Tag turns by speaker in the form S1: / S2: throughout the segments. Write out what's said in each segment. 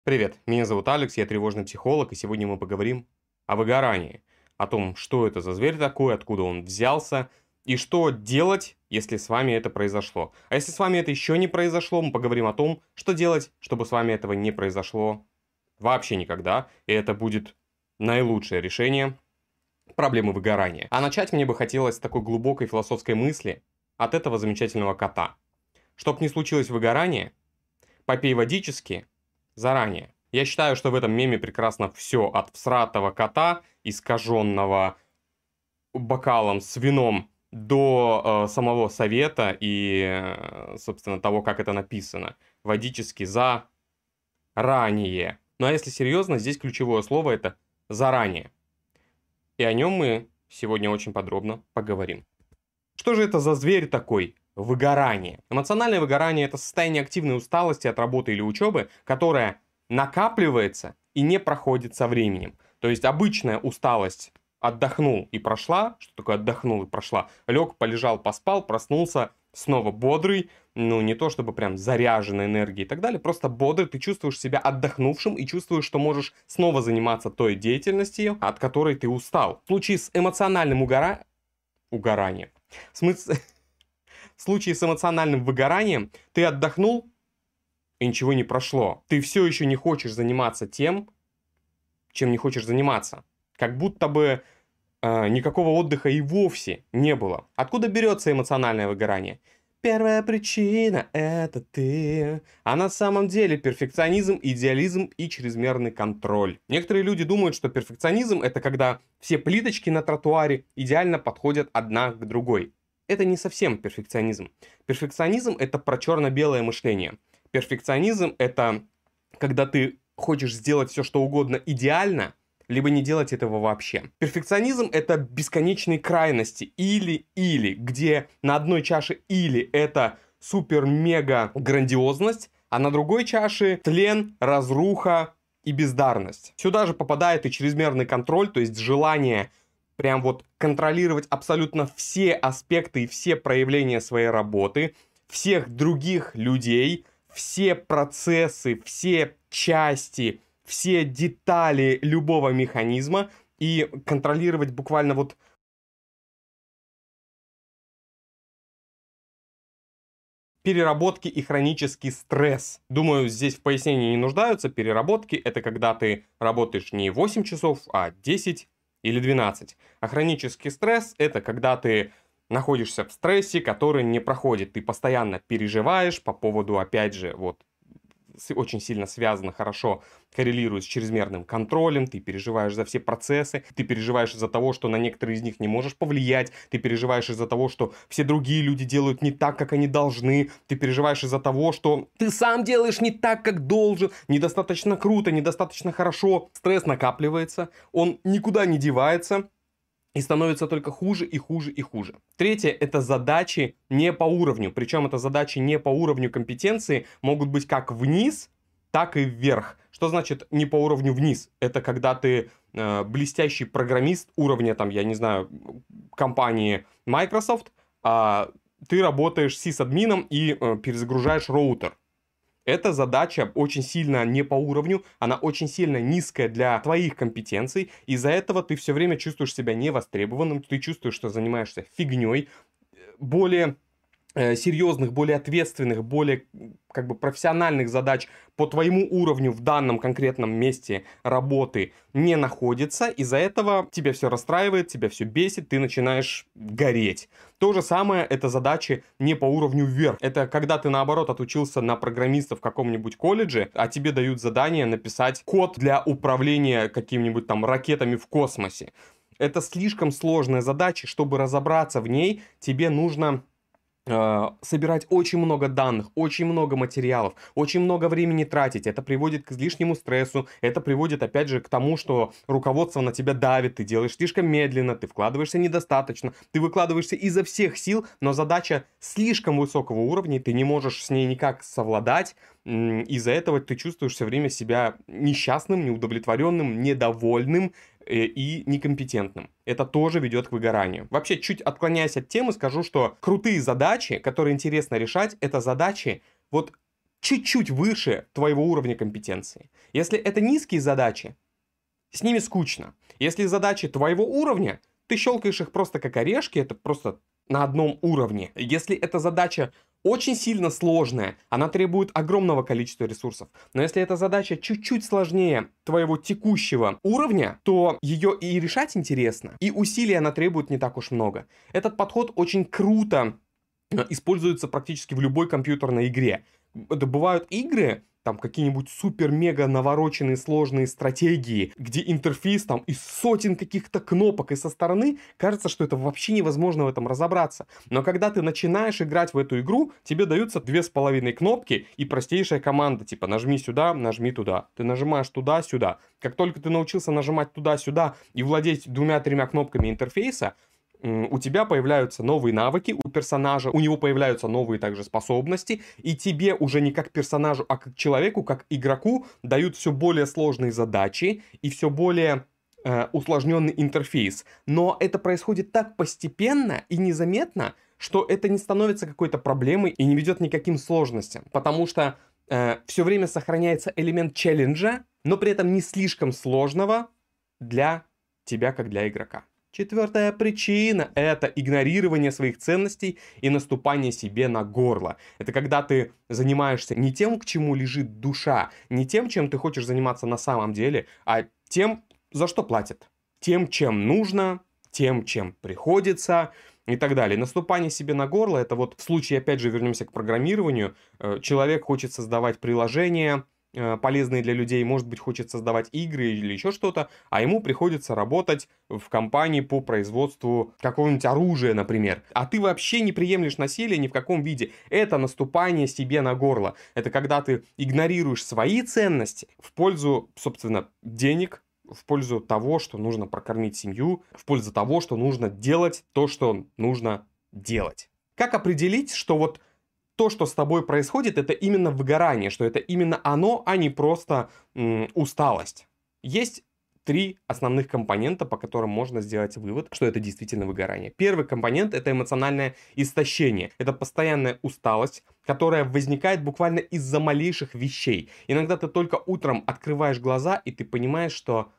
S1: Привет, меня зовут Алекс, я тревожный психолог, и сегодня мы поговорим о выгорании, о том, что это за зверь такой, откуда он взялся, и что делать, если с вами это произошло. А если с вами это еще не произошло, мы поговорим о том, что делать, чтобы с вами этого не произошло вообще никогда, и это будет наилучшее решение проблемы выгорания. А начать мне бы хотелось с такой глубокой философской мысли от этого замечательного кота. Чтоб не случилось выгорание, попей водички заранее. Я считаю, что в этом меме прекрасно все от всратого кота, искаженного бокалом с вином, до самого совета и, собственно, того, как это написано. Водически заранее. Ну а если серьезно, здесь ключевое слово это заранее. И о нем мы сегодня очень подробно поговорим. Что же это за зверь такой? Выгорание. Эмоциональное выгорание – это состояние активной усталости от работы или учебы, которая накапливается и не проходит со временем. То есть обычная усталость отдохнул и прошла. Что такое отдохнул и прошла? Лег, полежал, поспал, проснулся, снова бодрый. Ну, не то чтобы прям заряженной энергией и так далее, просто бодрый. Ты чувствуешь себя отдохнувшим и чувствуешь, что можешь снова заниматься той деятельностью, от которой ты устал. В случае с эмоциональным угоранием. В случае с эмоциональным выгоранием ты отдохнул, и ничего не прошло. Ты все еще не хочешь заниматься тем, чем не хочешь заниматься. Как будто бы никакого отдыха и вовсе не было. Откуда берется эмоциональное выгорание? Первая причина – это ты. А на самом деле перфекционизм, идеализм и чрезмерный контроль. Некоторые люди думают, что перфекционизм – это когда все плиточки на тротуаре идеально подходят одна к другой. Это не совсем перфекционизм. Перфекционизм – это про черно-белое мышление. Перфекционизм – это когда ты хочешь сделать все, что угодно идеально, либо не делать этого вообще. Перфекционизм – это бесконечные крайности. Или-или, где на одной чаше или это супер-мега-грандиозность, а на другой чаше тлен, разруха и бездарность. Сюда же попадает и чрезмерный контроль, то есть желание прям вот контролировать абсолютно все аспекты и все проявления своей работы, всех других людей, все процессы, все части, все детали любого механизма и контролировать буквально вот переработки и хронический стресс. Думаю, здесь в пояснении не нуждаются. Переработки – это когда ты работаешь не 8 часов, а 10 или 12. А хронический стресс – это когда ты находишься в стрессе, который не проходит. Ты постоянно переживаешь по поводу, опять же, вот очень сильно связано, хорошо коррелирует с чрезмерным контролем, ты переживаешь за все процессы, ты переживаешь из-за того, что на некоторые из них не можешь повлиять, ты переживаешь из-за того, что все другие люди делают не так, как они должны, ты переживаешь из-за того, что ты сам делаешь не так, как должен, недостаточно круто, недостаточно хорошо. Стресс накапливается, он никуда не девается, и становится только хуже и хуже и хуже. Третье – это задачи не по уровню. Причем это задачи не по уровню компетенции могут быть как вниз, так и вверх. Что значит не по уровню вниз? Это когда ты блестящий программист уровня, там, я не знаю, компании Microsoft, а ты работаешь сисадмином и перезагружаешь роутер. Эта задача очень сильно не по уровню, она очень сильно низкая для твоих компетенций, из-за этого ты все время чувствуешь себя невостребованным, ты чувствуешь, что занимаешься фигней, более серьезных, более ответственных, более как бы профессиональных задач по твоему уровню в данном конкретном месте работы не находится. Из-за этого тебя все расстраивает, тебя все бесит, ты начинаешь гореть. То же самое это задачи не по уровню вверх. Это когда ты наоборот отучился на программиста в каком-нибудь колледже, а тебе дают задание написать код для управления какими-нибудь там ракетами в космосе. Это слишком сложная задача, чтобы разобраться в ней, тебе нужно собирать очень много данных, очень много материалов, очень много времени тратить. Это приводит к излишнему стрессу, это приводит опять же к тому, что руководство на тебя давит, ты делаешь слишком медленно, ты вкладываешься недостаточно, ты выкладываешься изо всех сил, но задача слишком высокого уровня, ты не можешь с ней никак совладать. Из-за этого ты чувствуешь все время себя несчастным, неудовлетворенным, недовольным и некомпетентным. Это тоже ведет к выгоранию. Вообще, чуть отклоняясь от темы, скажу, что крутые задачи, которые интересно решать, это задачи вот чуть-чуть выше твоего уровня компетенции. Если это низкие задачи, с ними скучно. Если задачи твоего уровня, ты щелкаешь их просто как орешки, это просто на одном уровне. Если эта задача очень сильно сложная, она требует огромного количества ресурсов. Но если эта задача чуть-чуть сложнее твоего текущего уровня, то ее и решать интересно, и усилий она требует не так уж много. Этот подход очень круто используется практически в любой компьютерной игре. Это бывают игры, там какие-нибудь супер-мега навороченные сложные стратегии, где интерфейс там из сотен каких-то кнопок, и со стороны кажется, что это вообще невозможно в этом разобраться. Но когда ты начинаешь играть в эту игру, тебе даются 2,5 кнопки и простейшая команда, типа нажми сюда, нажми туда. Ты нажимаешь туда-сюда. Как только ты научился нажимать туда-сюда и владеть 2-3 кнопками интерфейса, у тебя появляются новые навыки у персонажа, у него появляются новые также способности, и тебе уже не как персонажу, а как человеку, как игроку дают все более сложные задачи и все более усложненный интерфейс. Но это происходит так постепенно и незаметно, что это не становится какой-то проблемой и не ведет никаким сложностям, потому что все время сохраняется элемент челленджа, но при этом не слишком сложного для тебя, как для игрока. Четвертая причина – это игнорирование своих ценностей и наступание себе на горло. Это когда ты занимаешься не тем, к чему лежит душа, не тем, чем ты хочешь заниматься на самом деле, а тем, за что платят. Тем, чем нужно, тем, чем приходится и так далее. Наступание себе на горло – это вот в случае, опять же, вернемся к программированию, человек хочет создавать приложения, полезные для людей, может быть, хочет создавать игры или еще что-то, а ему приходится работать в компании по производству какого-нибудь оружия, например. А ты вообще не приемлешь насилие ни в каком виде. Это наступание себе на горло. Это когда ты игнорируешь свои ценности в пользу, собственно, денег, в пользу того, что нужно прокормить семью, в пользу того, что нужно делать то, что нужно делать. Как определить, что вот то, что с тобой происходит, это именно выгорание, что это именно оно, а не просто усталость? Есть 3 основных компонента, по которым можно сделать вывод, что это действительно выгорание. Первый компонент – это эмоциональное истощение. Это постоянная усталость, которая возникает буквально из-за малейших вещей. Иногда ты только утром открываешь глаза, и ты понимаешь, что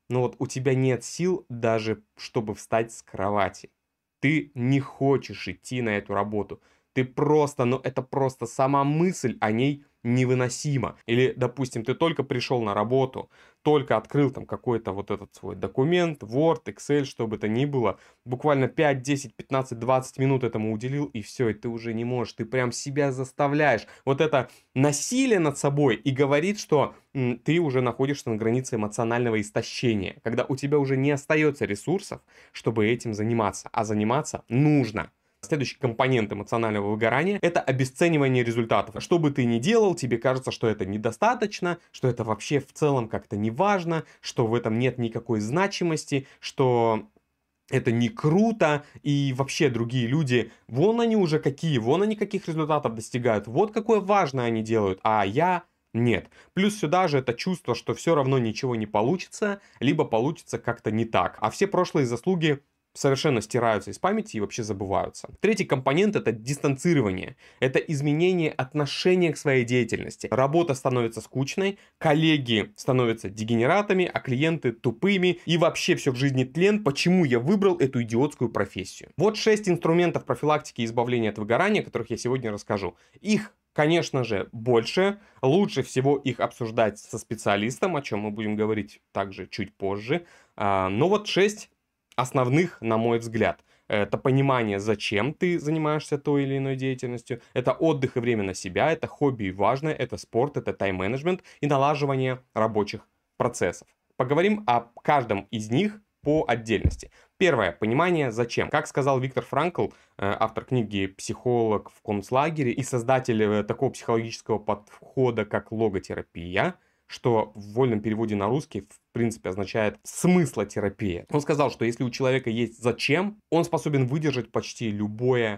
S1: у тебя нет сил даже, чтобы встать с кровати. Ты не хочешь идти на эту работу. Ты просто, это просто сама мысль о ней невыносима. Или, допустим, ты только пришел на работу, только открыл там какой-то вот этот свой документ, Word, Excel, что бы то ни было, буквально 5, 10, 15, 20 минут этому уделил, и все, и ты уже не можешь, ты прям себя заставляешь. Вот это насилие над собой и говорит, что ты уже находишься на границе эмоционального истощения, когда у тебя уже не остается ресурсов, чтобы этим заниматься, а заниматься нужно. Следующий компонент эмоционального выгорания – это обесценивание результатов. Что бы ты ни делал, тебе кажется, что это недостаточно, что это вообще в целом как-то не важно, что в этом нет никакой значимости, что это не круто, и вообще другие люди, вон они уже какие, вон они каких результатов достигают, вот какое важное они делают, а я нет. Плюс сюда же это чувство, что все равно ничего не получится, либо получится как-то не так, а все прошлые заслуги совершенно стираются из памяти и вообще забываются. Третий компонент – это дистанцирование. Это изменение отношения к своей деятельности. Работа становится скучной, коллеги становятся дегенератами, а клиенты тупыми. И вообще все в жизни тлен. Почему я выбрал эту идиотскую профессию? Вот 6 инструментов профилактики и избавления от выгорания, о которых я сегодня расскажу. Их, конечно же, больше. Лучше всего их обсуждать со специалистом, о чем мы будем говорить также чуть позже. Но вот 6 основных, на мой взгляд. Это понимание, зачем ты занимаешься той или иной деятельностью. Это отдых и время на себя, это хобби и важное, это спорт, это тайм-менеджмент и налаживание рабочих процессов. Поговорим о каждом из них по отдельности. Первое. Понимание, зачем. Как сказал Виктор Франкл, автор книги «Психолог в концлагере» и создатель такого психологического подхода, как логотерапия, что в вольном переводе на русский, в принципе, означает смыслотерапия. Он сказал, что если у человека есть зачем, он способен выдержать почти любое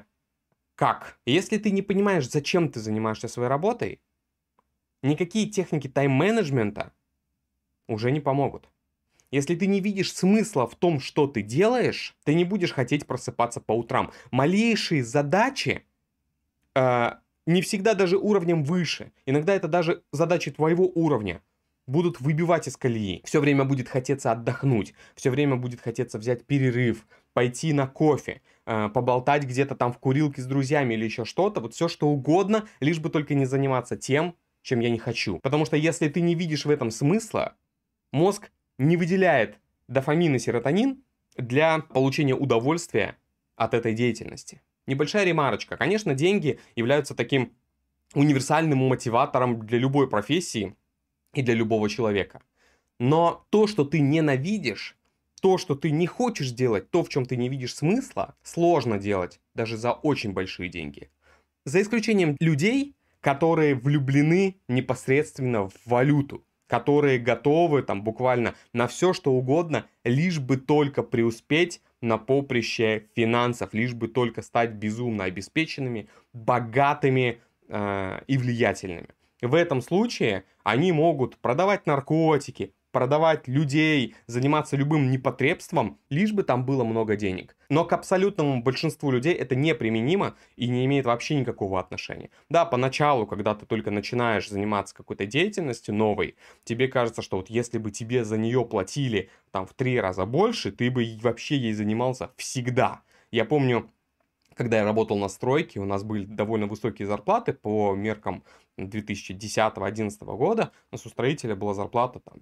S1: как. И если ты не понимаешь, зачем ты занимаешься своей работой, никакие техники тайм-менеджмента уже не помогут. Если ты не видишь смысла в том, что ты делаешь, ты не будешь хотеть просыпаться по утрам. Малейшие задачи не всегда даже уровнем выше. Иногда это даже задачи твоего уровня будут выбивать из колеи. Все время будет хотеться отдохнуть, все время будет хотеться взять перерыв, пойти на кофе, поболтать где-то там в курилке с друзьями или еще что-то. Вот все что угодно, лишь бы только не заниматься тем, чем я не хочу. Потому что если ты не видишь в этом смысла, мозг не выделяет дофамин и серотонин для получения удовольствия от этой деятельности. Небольшая ремарочка. Конечно, деньги являются таким универсальным мотиватором для любой профессии и для любого человека. Но то, что ты ненавидишь, то, что ты не хочешь делать, то, в чем ты не видишь смысла, сложно делать даже за очень большие деньги. За исключением людей, которые влюблены непосредственно в валюту, которые готовы там буквально на все, что угодно, лишь бы только преуспеть на поприще финансов, лишь бы только стать безумно обеспеченными, богатыми и влиятельными. В этом случае они могут продавать наркотики, продавать людей, заниматься любым непотребством, лишь бы там было много денег. Но к абсолютному большинству людей это неприменимо и не имеет вообще никакого отношения. Да, поначалу, когда ты только начинаешь заниматься какой-то деятельностью новой, тебе кажется, что вот если бы тебе за нее платили там в 3 раза больше, ты бы вообще ей занимался всегда. Я помню, когда я работал на стройке, у нас были довольно высокие зарплаты по меркам 2010-2011 года. У нас у строителя была зарплата там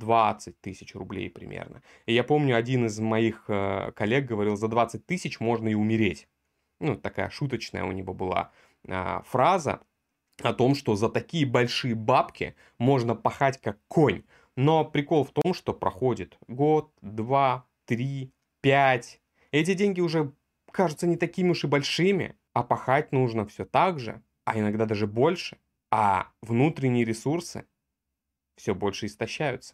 S1: 20 тысяч рублей примерно. И я помню, один из моих коллег говорил, за 20 тысяч можно и умереть. Ну, такая шуточная у него была фраза о том, что за такие большие бабки можно пахать как конь. Но прикол в том, что проходит год, 2, 3, 5. Эти деньги уже кажутся не такими уж и большими, а пахать нужно все так же, а иногда даже больше. А внутренние ресурсы все больше истощаются.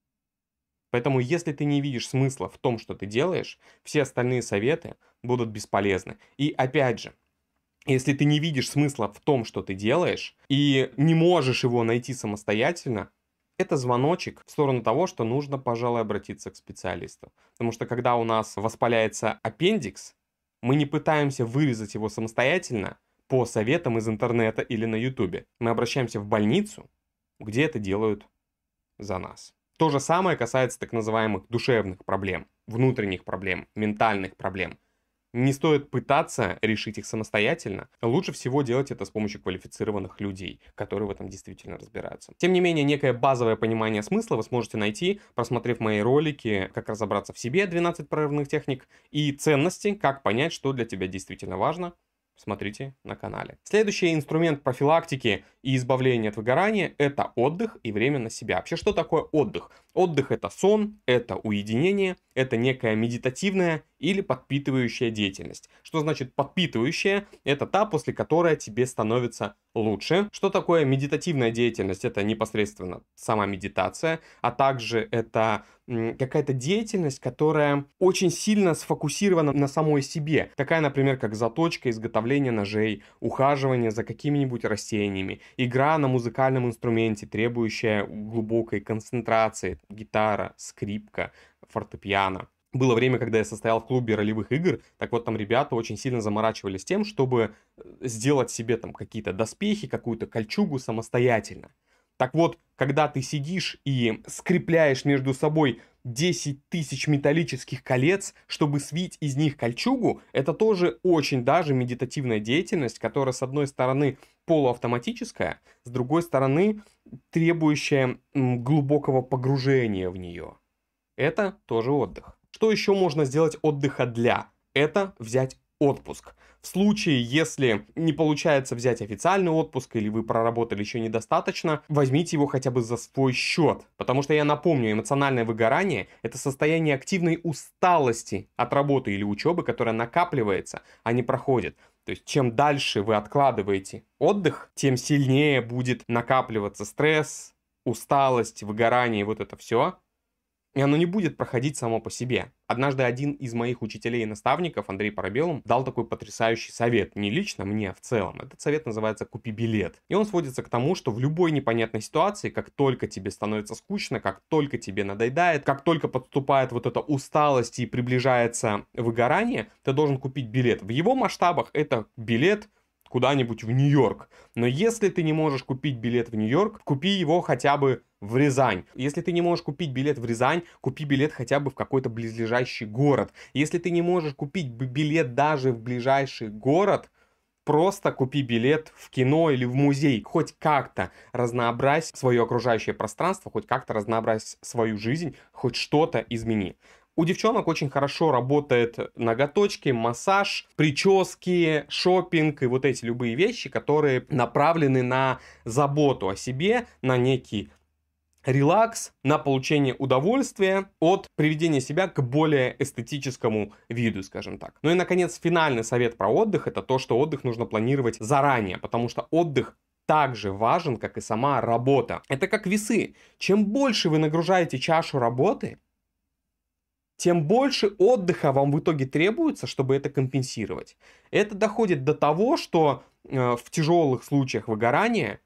S1: Поэтому, если ты не видишь смысла в том, что ты делаешь, все остальные советы будут бесполезны. И опять же, если ты не видишь смысла в том, что ты делаешь, и не можешь его найти самостоятельно, это звоночек в сторону того, что нужно, пожалуй, обратиться к специалисту. Потому что когда у нас воспаляется аппендикс, мы не пытаемся вырезать его самостоятельно по советам из интернета или на ютубе. Мы обращаемся в больницу, где это делают за нас. То же самое касается так называемых душевных проблем, внутренних проблем, ментальных проблем. Не стоит пытаться решить их самостоятельно. Лучше всего делать это с помощью квалифицированных людей, которые в этом действительно разбираются. Тем не менее, некое базовое понимание смысла вы сможете найти, просмотрев мои ролики «Как разобраться в себе. 12 прорывных техник» и «Ценности. Как понять, что для тебя действительно важно». Смотрите на канале. Следующий инструмент профилактики и избавления от выгорания – это отдых и время на себя. Вообще, что такое отдых? Отдых – это сон, это уединение, это некая медитативная или подпитывающая деятельность. Что значит подпитывающая? Это та, после которой тебе становится лучше. Что такое медитативная деятельность? Это непосредственно сама медитация, а также это какая-то деятельность, которая очень сильно сфокусирована на самой себе. Такая, например, как заточка, изготовление ножей, ухаживание за какими-нибудь растениями, игра на музыкальном инструменте, требующая глубокой концентрации, гитара, скрипка, фортепиано. Было время, когда я состоял в клубе ролевых игр, так вот там ребята очень сильно заморачивались тем, чтобы сделать себе там какие-то доспехи, какую-то кольчугу самостоятельно. Так вот, когда ты сидишь и скрепляешь между собой 10 тысяч металлических колец, чтобы свить из них кольчугу, это тоже очень даже медитативная деятельность, которая, с одной стороны, полуавтоматическая, с другой стороны, требующая глубокого погружения в нее. Это тоже отдых. Что еще можно сделать отдыха для? Это взять отпуск. В случае, если не получается взять официальный отпуск или вы проработали еще недостаточно, возьмите его хотя бы за свой счет. Потому что я напомню, эмоциональное выгорание – это состояние активной усталости от работы или учебы, которая накапливается, а не проходит. То есть, чем дальше вы откладываете отдых, тем сильнее будет накапливаться стресс, усталость, выгорание, вот это все. И оно не будет проходить само по себе. Однажды один из моих учителей и наставников, Андрей Парабеллум, дал такой потрясающий совет. Не лично мне, а в целом. Этот совет называется «Купи билет». И он сводится к тому, что в любой непонятной ситуации, как только тебе становится скучно, как только тебе надоедает, как только подступает вот эта усталость и приближается выгорание, ты должен купить билет. В его масштабах это билет куда-нибудь в Нью-Йорк. Но если ты не можешь купить билет в Нью-Йорк, купи его хотя бы в Рязань. Если ты не можешь купить билет в Рязань, купи билет хотя бы в какой-то близлежащий город. Если ты не можешь купить билет даже в ближайший город, просто купи билет в кино или в музей. Хоть как-то разнообразь свое окружающее пространство, хоть как-то разнообразь свою жизнь, хоть что-то измени. У девчонок очень хорошо работает ноготочки, массаж, прически, шопинг и вот эти любые вещи, которые направлены на заботу о себе, на некий релакс, на получение удовольствия от приведения себя к более эстетическому виду, скажем так. Ну и, наконец, финальный совет про отдых – это то, что отдых нужно планировать заранее, потому что отдых так же важен, как и сама работа. Это как весы. Чем больше вы нагружаете чашу работы, тем больше отдыха вам в итоге требуется, чтобы это компенсировать. Это доходит до того, что в тяжелых случаях выгорания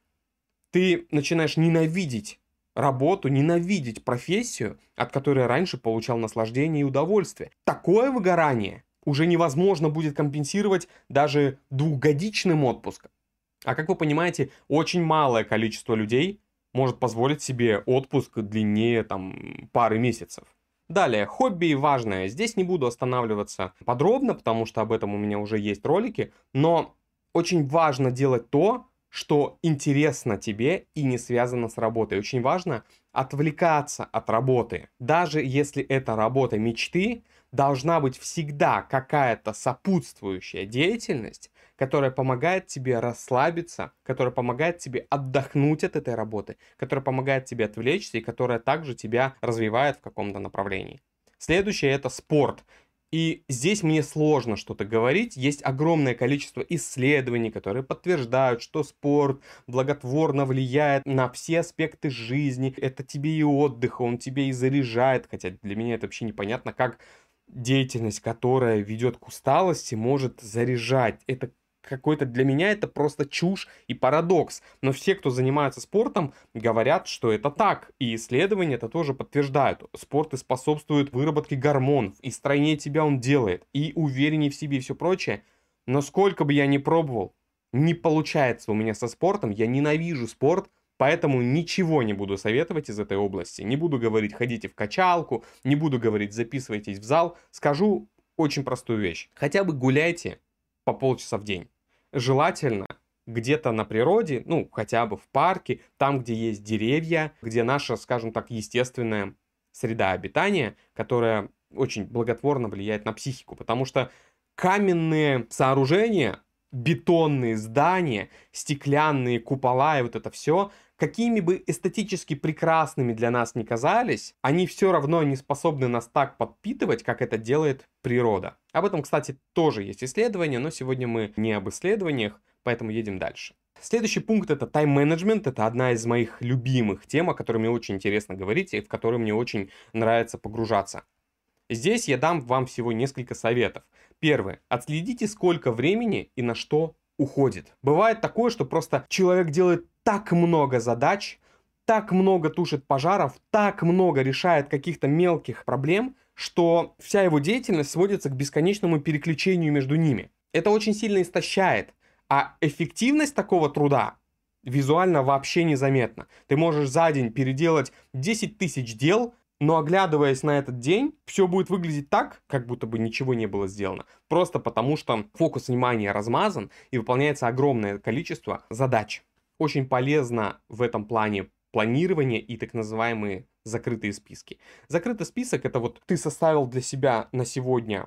S1: ты начинаешь ненавидеть работу, ненавидеть профессию, от которой раньше получал наслаждение и удовольствие. Такое выгорание уже невозможно будет компенсировать даже двухгодичным отпуском. А как вы понимаете, очень малое количество людей может позволить себе отпуск длиннее пары месяцев. Далее, хобби важное. Здесь не буду останавливаться подробно, потому что об этом у меня уже есть ролики, но очень важно делать то, что интересно тебе и не связано с работой. Очень важно отвлекаться от работы. Даже если это работа мечты, должна быть всегда какая-то сопутствующая деятельность, которая помогает тебе расслабиться, которая помогает тебе отдохнуть от этой работы, которая помогает тебе отвлечься и которая также тебя развивает в каком-то направлении. Следующее – это спорт. И здесь мне сложно что-то говорить. Есть огромное количество исследований, которые подтверждают, что спорт благотворно влияет на все аспекты жизни. Это тебе и отдых, он тебе и заряжает. Хотя для меня это вообще непонятно, как деятельность, которая ведет к усталости, может заряжать. Это какой-то для меня это просто чушь и парадокс. Но все, кто занимается спортом, говорят, что это так. И исследования это тоже подтверждают. Спорт и способствует выработке гормонов. И стройнее тебя он делает. И увереннее в себе и все прочее. Но сколько бы я ни пробовал, не получается у меня со спортом. Я ненавижу спорт. Поэтому ничего не буду советовать из этой области. Не буду говорить, ходите в качалку. Не буду говорить, записывайтесь в зал. Скажу очень простую вещь. Хотя бы гуляйте по полчаса в день. Желательно где-то на природе, хотя бы в парке, там, где есть деревья, где наша, скажем так, естественная среда обитания, которая очень благотворно влияет на психику. Потому что каменные сооружения, бетонные здания, стеклянные купола и вот это все, какими бы эстетически прекрасными для нас ни казались, они все равно не способны нас так подпитывать, как это делает природа. Об этом, кстати, тоже есть исследования, но сегодня мы не об исследованиях, поэтому едем дальше. Следующий пункт – это тайм-менеджмент. Это одна из моих любимых тем, о которой мне очень интересно говорить и в которой мне очень нравится погружаться. Здесь я дам вам всего несколько советов. Первое. Отследите, сколько времени и на что уходит. Бывает такое, что просто человек делает так много задач, так много тушит пожаров, так много решает каких-то мелких проблем, что вся его деятельность сводится к бесконечному переключению между ними. Это очень сильно истощает, а эффективность такого труда визуально вообще незаметна. Ты можешь за день переделать 10 тысяч дел, но оглядываясь на этот день, все будет выглядеть так, как будто бы ничего не было сделано. Просто потому, что фокус внимания размазан и выполняется огромное количество задач. Очень полезно в этом плане планирование и так называемые закрытые списки. Закрытый список – это вот ты составил для себя на сегодня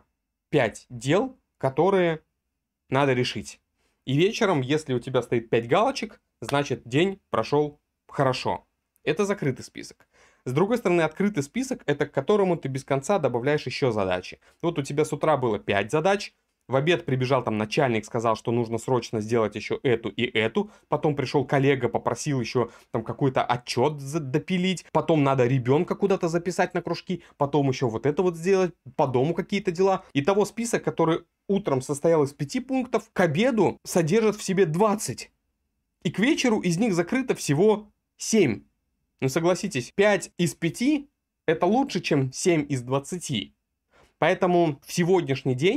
S1: 5 дел, которые надо решить. И вечером, если у тебя стоит 5 галочек, значит день прошел хорошо. Это закрытый список. С другой стороны, открытый список – это к которому ты без конца добавляешь еще задачи. Вот у тебя с утра было 5 задач, в обед прибежал начальник, сказал, что нужно срочно сделать еще эту и эту, потом пришел коллега, попросил еще какой-то отчет допилить, потом надо ребенка куда-то записать на кружки, потом еще вот это вот сделать, по дому какие-то дела. Итого список, который утром состоял из 5 пунктов, к обеду содержит в себе 20. И к вечеру из них закрыто всего 7. Ну согласитесь, 5 из 5 это лучше, чем 7 из 20. Поэтому в сегодняшний день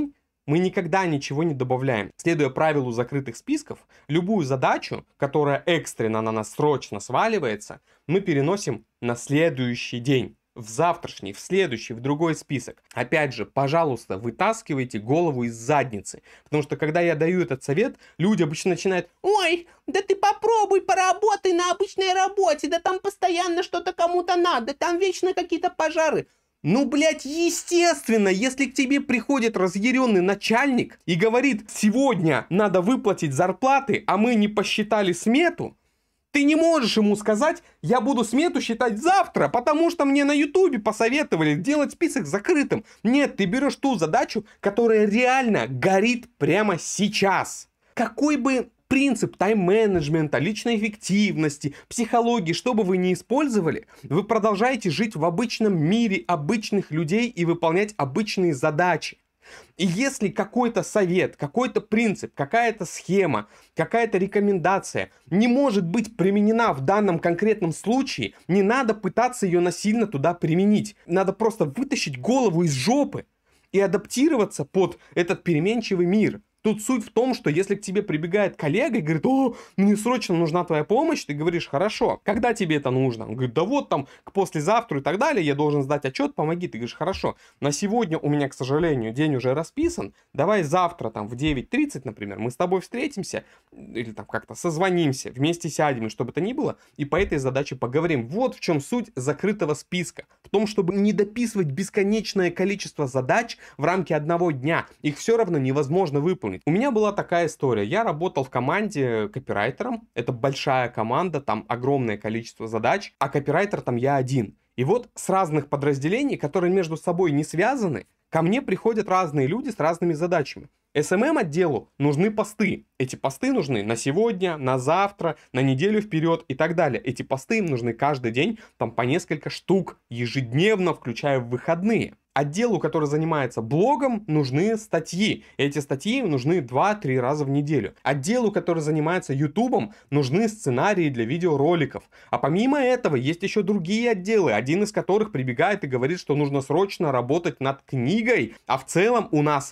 S1: Мы никогда ничего не добавляем. Следуя правилу закрытых списков, любую задачу, которая экстренно на нас срочно сваливается, мы переносим на следующий день. В завтрашний, в следующий, в другой список. Опять же, пожалуйста, вытаскивайте голову из задницы. Потому что, когда я даю этот совет, люди обычно начинают: ой, да ты попробуй поработай на обычной работе, да там постоянно что-то кому-то надо, там вечно какие-то пожары. Ну, блядь, естественно, если к тебе приходит разъяренный начальник и говорит: сегодня надо выплатить зарплаты, а мы не посчитали смету, ты не можешь ему сказать: я буду смету считать завтра, потому что мне на ютубе посоветовали делать список закрытым. Нет, ты берешь ту задачу, которая реально горит прямо сейчас. Какой бы принцип тайм-менеджмента, личной эффективности, психологии, что бы вы ни использовали, вы продолжаете жить в обычном мире обычных людей и выполнять обычные задачи. И если какой-то совет, какой-то принцип, какая-то схема, какая-то рекомендация не может быть применена в данном конкретном случае, не надо пытаться ее насильно туда применить. Надо просто вытащить голову из жопы и адаптироваться под этот переменчивый мир. Тут суть в том, что если к тебе прибегает коллега и говорит: о, мне срочно нужна твоя помощь, ты говоришь: хорошо, когда тебе это нужно? Он говорит: да вот там к послезавтра и так далее, я должен сдать отчет, помоги. Ты говоришь: хорошо, на сегодня у меня, к сожалению, день уже расписан, давай завтра там в 9:30, например, мы с тобой встретимся или там как-то созвонимся, вместе сядем, что бы то ни было, и по этой задаче поговорим. Вот в чем суть закрытого списка. В том, чтобы не дописывать бесконечное количество задач в рамки одного дня. Их все равно невозможно выполнить. У меня была такая история. Я работал в команде копирайтером. Это большая команда, там огромное количество задач, а копирайтер там я один. И вот с разных подразделений, которые между собой не связаны, ко мне приходят разные люди с разными задачами. SMM-отделу нужны посты. Эти посты нужны на сегодня, на завтра, на неделю вперед и так далее. Эти посты им нужны каждый день, там по несколько штук, ежедневно, включая в выходные. Отделу, который занимается блогом, нужны статьи. Эти статьи нужны 2-3 раза в неделю. Отделу, который занимается ютубом, нужны сценарии для видеороликов. А помимо этого есть еще другие отделы, один из которых прибегает и говорит, что нужно срочно работать над книгой. А в целом у нас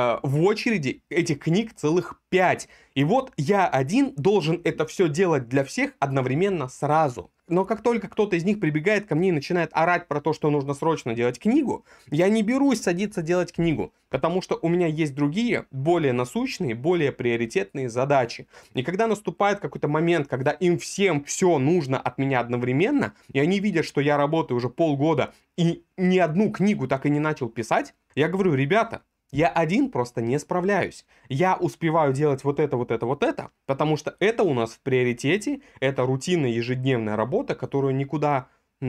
S1: в очереди этих книг целых 5. И вот я один должен это все делать для всех одновременно сразу. Но как только кто-то из них прибегает ко мне и начинает орать про то, что нужно срочно делать книгу, я не берусь садиться делать книгу, потому что у меня есть другие, более насущные, более приоритетные задачи. И когда наступает какой-то момент, когда им всем все нужно от меня одновременно, и они видят, что я работаю уже полгода и ни одну книгу так и не начал писать, я говорю: ребята, я один просто не справляюсь. Я успеваю делать вот это, потому что это у нас в приоритете, это рутинная ежедневная работа, которую никуда,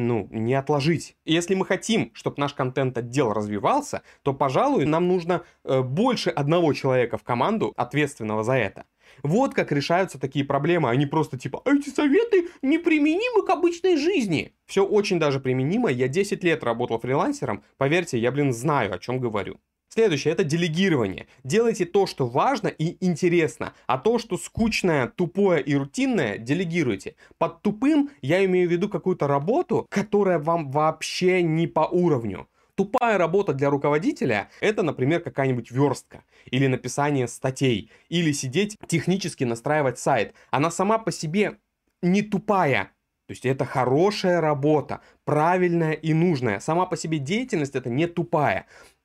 S1: не отложить. И если мы хотим, чтобы наш контент-отдел развивался, то, пожалуй, нам нужно больше одного человека в команду, ответственного за это. Вот как решаются такие проблемы, они просто типа: эти советы неприменимы к обычной жизни. Все очень даже применимо, я 10 лет работал фрилансером, поверьте, я, знаю, о чем говорю. Следующее — это делегирование. Делайте то, что важно и интересно, а то, что скучное, тупое и рутинное, делегируйте. Под тупым я имею в виду какую-то работу, которая вам вообще не по уровню. Тупая работа для руководителя — это, например, какая-нибудь верстка, или написание статей, или сидеть технически настраивать сайт. Она сама по себе не тупая. То есть это хорошая работа, правильная и нужная. Сама по себе деятельность — это не тупая.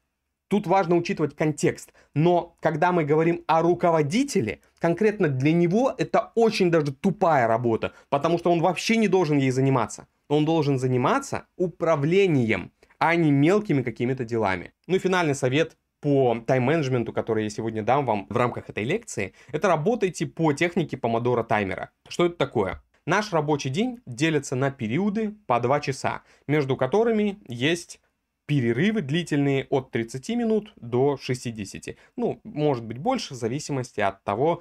S1: Тут важно учитывать контекст. Но когда мы говорим о руководителе, конкретно для него это очень даже тупая работа, потому что он вообще не должен ей заниматься. Он должен заниматься управлением, а не мелкими какими-то делами. Ну и финальный совет по тайм-менеджменту, который я сегодня дам вам в рамках этой лекции, это работайте по технике помодоро таймера. Что это такое? Наш рабочий день делится на периоды по 2 часа, между которыми есть перерывы длительные от 30 минут до 60. Может быть больше, в зависимости от того,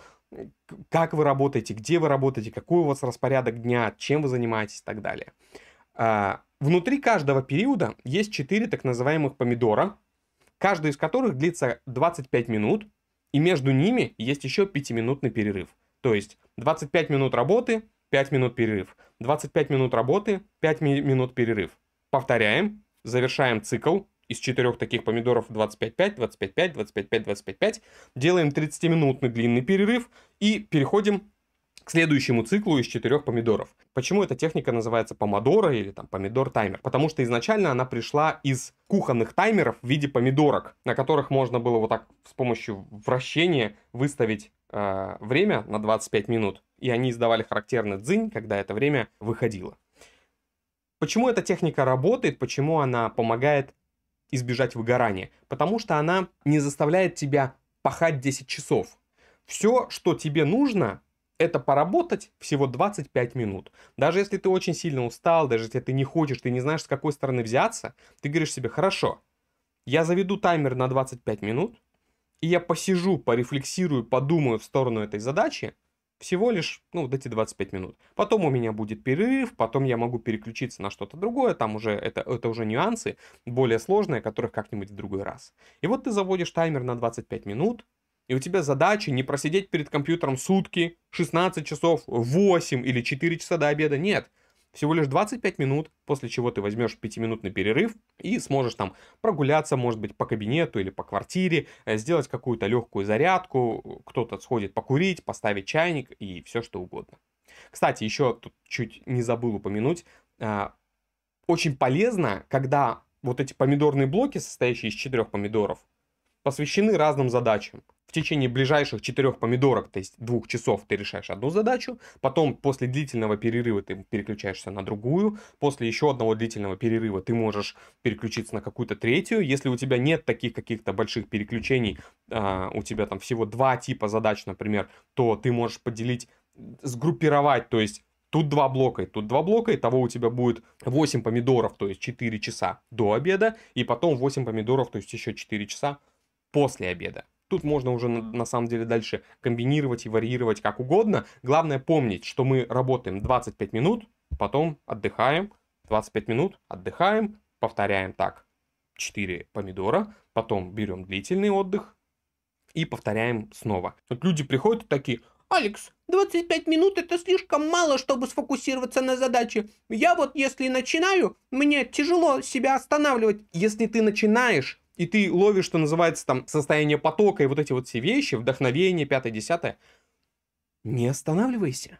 S1: как вы работаете, где вы работаете, какой у вас распорядок дня, чем вы занимаетесь и так далее. Внутри каждого периода есть 4 так называемых помидора, каждый из которых длится 25 минут, и между ними есть еще 5-минутный перерыв. То есть 25 минут работы, 5 минут перерыв. 25 минут работы, 5 минут перерыв. Повторяем. Завершаем цикл, из 4 таких помидоров 25-5, 25-5, 25-5, 25-5. Делаем 30-минутный длинный перерыв и переходим к следующему циклу из 4 помидоров. Почему эта техника называется помодоро или там помидор-таймер? Потому что изначально она пришла из кухонных таймеров в виде помидорок, на которых можно было вот так с помощью вращения выставить время на 25 минут. И они издавали характерный дзынь, когда это время выходило. Почему эта техника работает? Почему она помогает избежать выгорания? Потому что она не заставляет тебя пахать 10 часов. Все, что тебе нужно, это поработать всего 25 минут. Даже если ты очень сильно устал, даже если ты не хочешь, ты не знаешь, с какой стороны взяться, ты говоришь себе: хорошо, я заведу таймер на 25 минут, и я посижу, порефлексирую, подумаю в сторону этой задачи всего лишь, вот эти 25 минут. Потом у меня будет перерыв, потом я могу переключиться на что-то другое, там уже это уже нюансы более сложные, которых как-нибудь в другой раз. И вот ты заводишь таймер на 25 минут, и у тебя задача не просидеть перед компьютером сутки, 16 часов, 8 или 4 часа до обеда. Нет. Всего лишь 25 минут, после чего ты возьмешь 5-минутный перерыв и сможешь там прогуляться, может быть, по кабинету или по квартире, сделать какую-то легкую зарядку, кто-то сходит покурить, поставить чайник и все что угодно. Кстати, еще тут чуть не забыл упомянуть, очень полезно, когда вот эти помидорные блоки, состоящие из 4 помидоров, посвящены разным задачам. В течение ближайших 4 помидорок, то есть 2 часов, ты решаешь одну задачу, потом после длительного перерыва ты переключаешься на другую, после еще одного длительного перерыва ты можешь переключиться на какую-то третью. Если у тебя нет таких каких-то больших переключений, у тебя там всего 2 типа задач, например, то ты можешь поделить, сгруппировать, то есть тут 2 блока, и тут 2 блока, итого у тебя будет 8 помидоров, то есть 4 часа до обеда, и потом 8 помидоров, то есть еще 4 часа после обеда. Тут можно уже на самом деле дальше комбинировать и варьировать как угодно. Главное помнить, что мы работаем 25 минут, потом отдыхаем, 25 минут, отдыхаем, повторяем так 4 помидора, потом берем длительный отдых и повторяем снова. Вот люди приходят и такие: Алекс, 25 минут это слишком мало, чтобы сфокусироваться на задаче. Я вот если начинаю, мне тяжело себя останавливать. Если ты начинаешь, и ты ловишь, что называется, там, состояние потока и вот эти вот все вещи, вдохновение, 5-10, не останавливайся.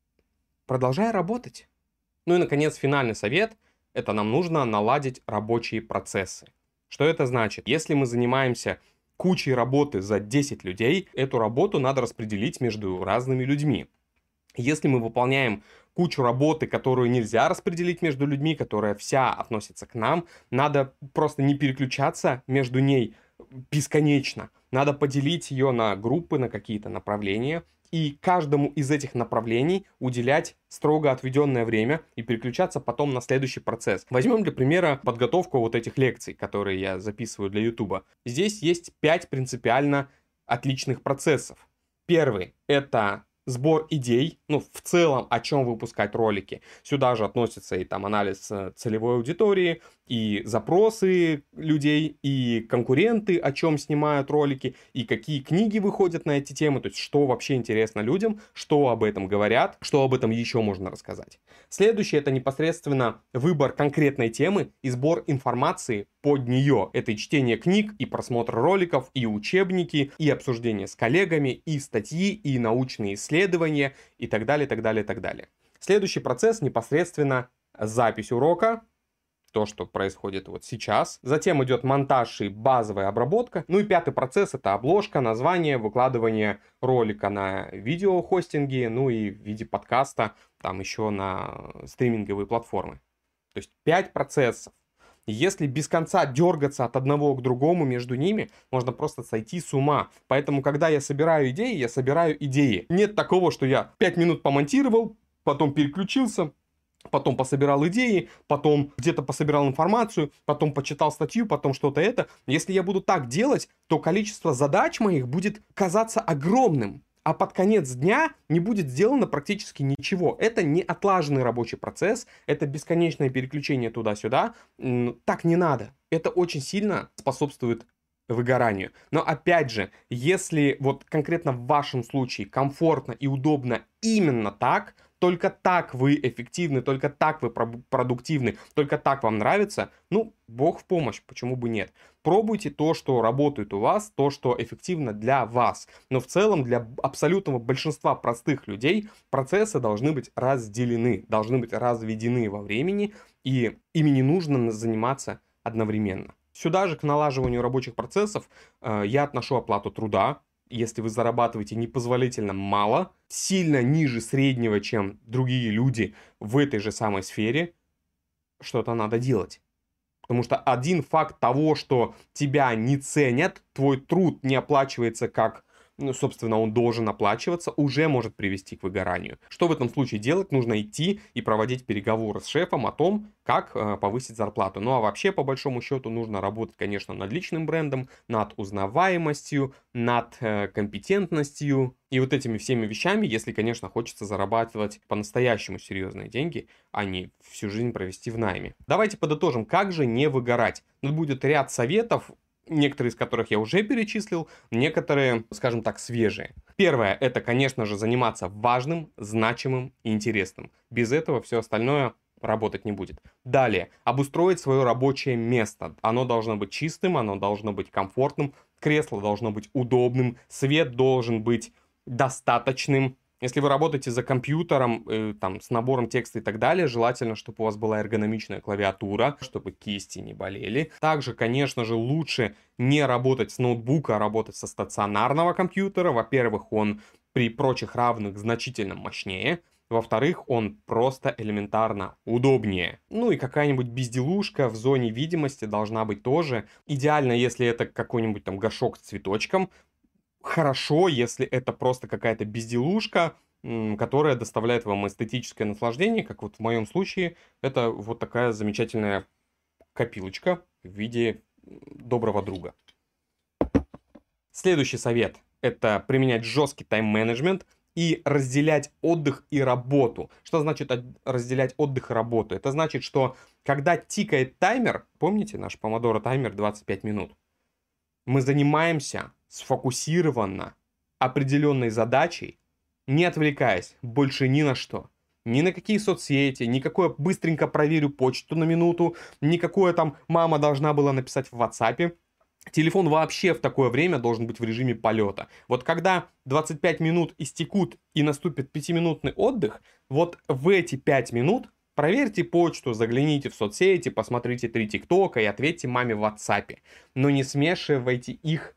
S1: Продолжай работать. Ну и, наконец, финальный совет. Это нам нужно наладить рабочие процессы. Что это значит? Если мы занимаемся кучей работы за 10 людей, эту работу надо распределить между разными людьми. Если мы выполняем кучу работы, которую нельзя распределить между людьми, которая вся относится к нам, надо просто не переключаться между ней бесконечно. Надо поделить ее на группы, на какие-то направления, и каждому из этих направлений уделять строго отведенное время и переключаться потом на следующий процесс. Возьмем для примера подготовку вот этих лекций, которые я записываю для YouTube. Здесь есть 5 принципиально отличных процессов. Первый – это сбор идей, в целом, о чем выпускать ролики. Сюда же относится и там анализ целевой аудитории, и запросы людей, и конкуренты, о чем снимают ролики, и какие книги выходят на эти темы, то есть что вообще интересно людям, что об этом говорят, что об этом еще можно рассказать. Следующее — это непосредственно выбор конкретной темы и сбор информации под нее. Это и чтение книг, и просмотр роликов, и учебники, и обсуждение с коллегами, и статьи, и научные исследования, и так далее, так далее, так далее. Следующий процесс непосредственно запись урока, то, что происходит вот сейчас. Затем идет монтаж и базовая обработка. Ну и 5-й процесс — это обложка, название, выкладывание ролика на видеохостинге, ну и в виде подкаста, там еще на стриминговые платформы. То есть 5 процессов. Если без конца дергаться от одного к другому между ними, можно просто сойти с ума. Поэтому, когда я собираю идеи, я собираю идеи. Нет такого, что я 5 минут помонтировал, потом переключился, потом пособирал идеи, потом где-то пособирал информацию, потом почитал статью, потом что-то это. Если я буду так делать, то количество задач моих будет казаться огромным. А под конец дня не будет сделано практически ничего. Это не отлаженный рабочий процесс, это бесконечное переключение туда-сюда. Так не надо. Это очень сильно способствует выгоранию. Но опять же, если вот конкретно в вашем случае комфортно и удобно именно так, только так вы эффективны, только так вы продуктивны, только так вам нравится, ну, бог в помощь, почему бы нет. Пробуйте то, что работает у вас, то, что эффективно для вас. Но в целом для абсолютного большинства простых людей процессы должны быть разделены, должны быть разведены во времени, и ими не нужно заниматься одновременно. Сюда же к налаживанию рабочих процессов я отношу оплату труда. Если вы зарабатываете непозволительно мало, сильно ниже среднего, чем другие люди в этой же самой сфере, что-то надо делать. Потому что один факт того, что тебя не ценят, твой труд не оплачивается как, ну, собственно, он должен оплачиваться, уже может привести к выгоранию. Что в этом случае делать? Нужно идти и проводить переговоры с шефом о том, как повысить зарплату. Ну а вообще, по большому счету, нужно работать, конечно, над личным брендом, над узнаваемостью, над компетентностью и вот этими всеми вещами, если, конечно, хочется зарабатывать по-настоящему серьезные деньги, а не всю жизнь провести в найме. Давайте подытожим, как же не выгорать. Тут будет ряд советов, некоторые из которых я уже перечислил, некоторые, скажем так, свежие. Первое, это, конечно же, заниматься важным, значимым и интересным. Без этого все остальное работать не будет. Далее, обустроить свое рабочее место. Оно должно быть чистым, оно должно быть комфортным, кресло должно быть удобным, свет должен быть достаточным. Если вы работаете за компьютером, там, с набором текста и так далее, желательно, чтобы у вас была эргономичная клавиатура, чтобы кисти не болели. Также, конечно же, лучше не работать с ноутбука, а работать со стационарного компьютера. Во-первых, он при прочих равных значительно мощнее. Во-вторых, он просто элементарно удобнее. Ну и какая-нибудь безделушка в зоне видимости должна быть тоже. Идеально, если это какой-нибудь там горшок с цветочком. Хорошо, если это просто какая-то безделушка, которая доставляет вам эстетическое наслаждение, как вот в моем случае, это вот такая замечательная копилочка в виде доброго друга. Следующий совет – это применять жесткий тайм-менеджмент и разделять отдых и работу. Что значит разделять отдых и работу? Это значит, что когда тикает таймер, помните наш помодоро таймер 25 минут, мы занимаемся сфокусированно определенной задачей, не отвлекаясь больше ни на что. Ни на какие соцсети, никакое быстренько проверю почту на минуту, никакое там мама должна была написать в WhatsApp. Телефон вообще в такое время должен быть в режиме полета. Вот когда 25 минут истекут и наступит 5-минутный отдых, вот в эти 5 минут проверьте почту, загляните в соцсети, посмотрите 3 ТикТока и ответьте маме в WhatsApp. Но не смешивайте их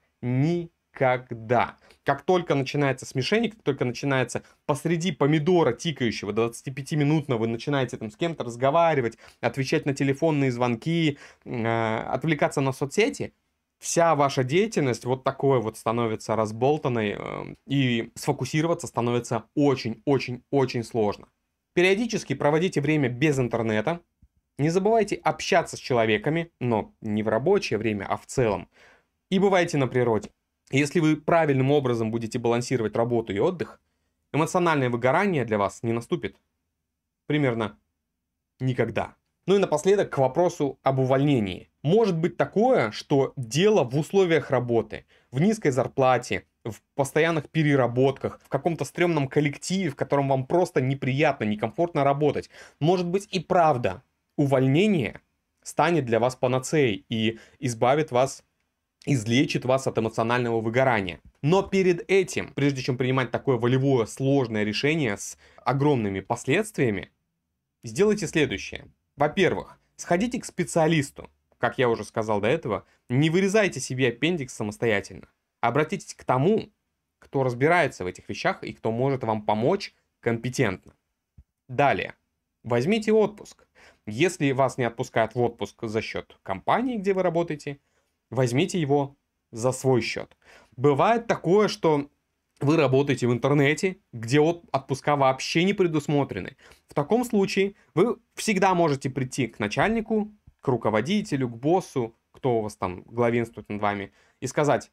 S1: никогда. Как только начинается смешение, как только начинается посреди помидора тикающего 25-минутного, вы начинаете там с кем-то разговаривать, отвечать на телефонные звонки, отвлекаться на соцсети, вся ваша деятельность вот такой вот становится разболтанной, и сфокусироваться становится очень-очень-очень сложно. Периодически проводите время без интернета. Не забывайте общаться с человеками, но не в рабочее время, а в целом. И бывайте на природе. Если вы правильным образом будете балансировать работу и отдых, эмоциональное выгорание для вас не наступит примерно никогда. Ну и напоследок к вопросу об увольнении. Может быть такое, что дело в условиях работы, в низкой зарплате, в постоянных переработках, в каком-то стрёмном коллективе, в котором вам просто неприятно, некомфортно работать. Может быть и правда, увольнение станет для вас панацеей и избавит вас, излечит вас от эмоционального выгорания. Но перед этим, прежде чем принимать такое волевое сложное решение с огромными последствиями, сделайте следующее. Во-первых, сходите к специалисту. Как я уже сказал до этого, не вырезайте себе аппендикс самостоятельно. Обратитесь к тому, кто разбирается в этих вещах и кто может вам помочь компетентно. Далее, возьмите отпуск. Если вас не отпускают в отпуск за счет компании, где вы работаете, возьмите его за свой счет. Бывает такое, что вы работаете в интернете, где отпуска вообще не предусмотрены. В таком случае вы всегда можете прийти к начальнику, к руководителю, к боссу, кто у вас там главенствует над вами, и сказать: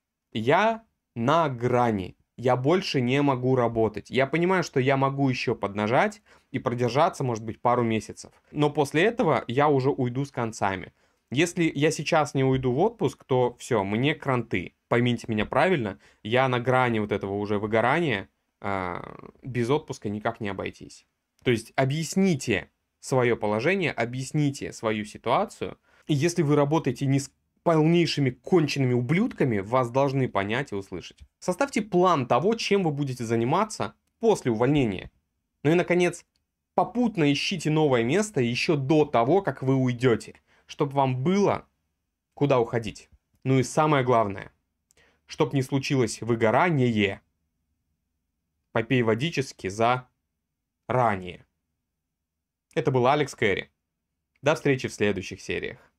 S1: я на грани, я больше не могу работать. Я понимаю, что я могу еще поднажать и продержаться, может быть, пару месяцев. Но после этого я уже уйду с концами. Если я сейчас не уйду в отпуск, то все, мне кранты. Поймите меня правильно, я на грани вот этого уже выгорания, без отпуска никак не обойтись. То есть объясните свое положение, объясните свою ситуацию. И если вы работаете не с полнейшими конченными ублюдками, вас должны понять и услышать. Составьте план того, чем вы будете заниматься после увольнения. Ну и, наконец, попутно ищите новое место еще до того, как вы уйдете, чтобы вам было куда уходить. Ну и самое главное, чтобы не случилось выгорание, попей водически за ранее. Это был Алекс Кэрри. До встречи в следующих сериях.